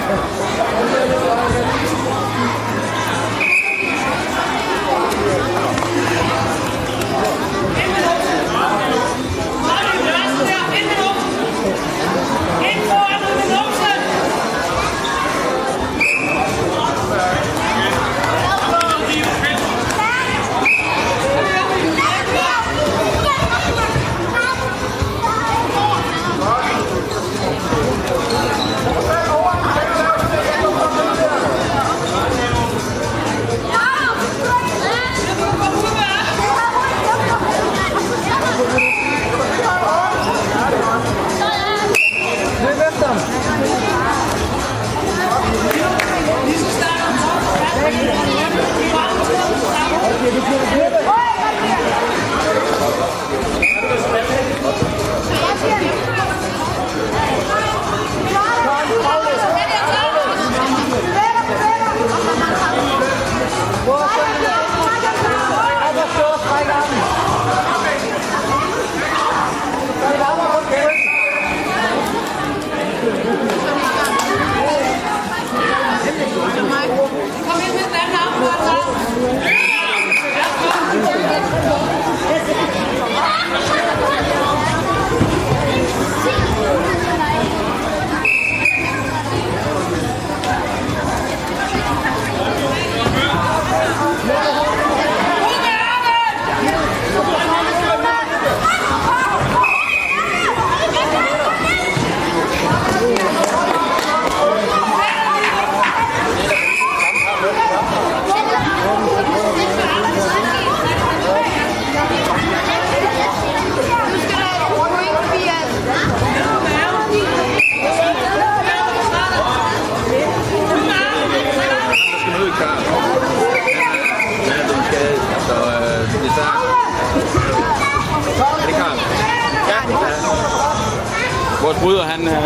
Vores bryder,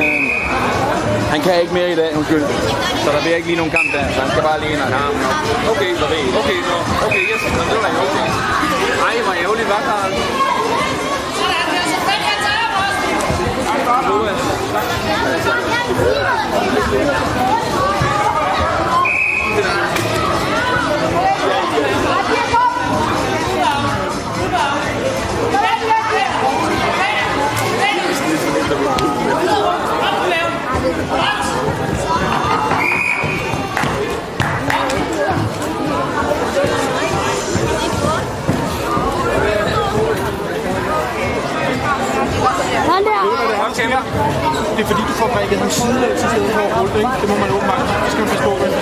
han kan ikke mere i dag, undskyld. Så der bliver ikke lige nogen kamp der, så han skal bare lige ind og have armen op. Okay, så ved I. Okay, yes. Så det var da okay. Ej, hvor ærgerligt, hvad Karl? Det er fordi, du får brækket ham sidelæg til stedet for at rulle, ikke? Det må man åbenbart.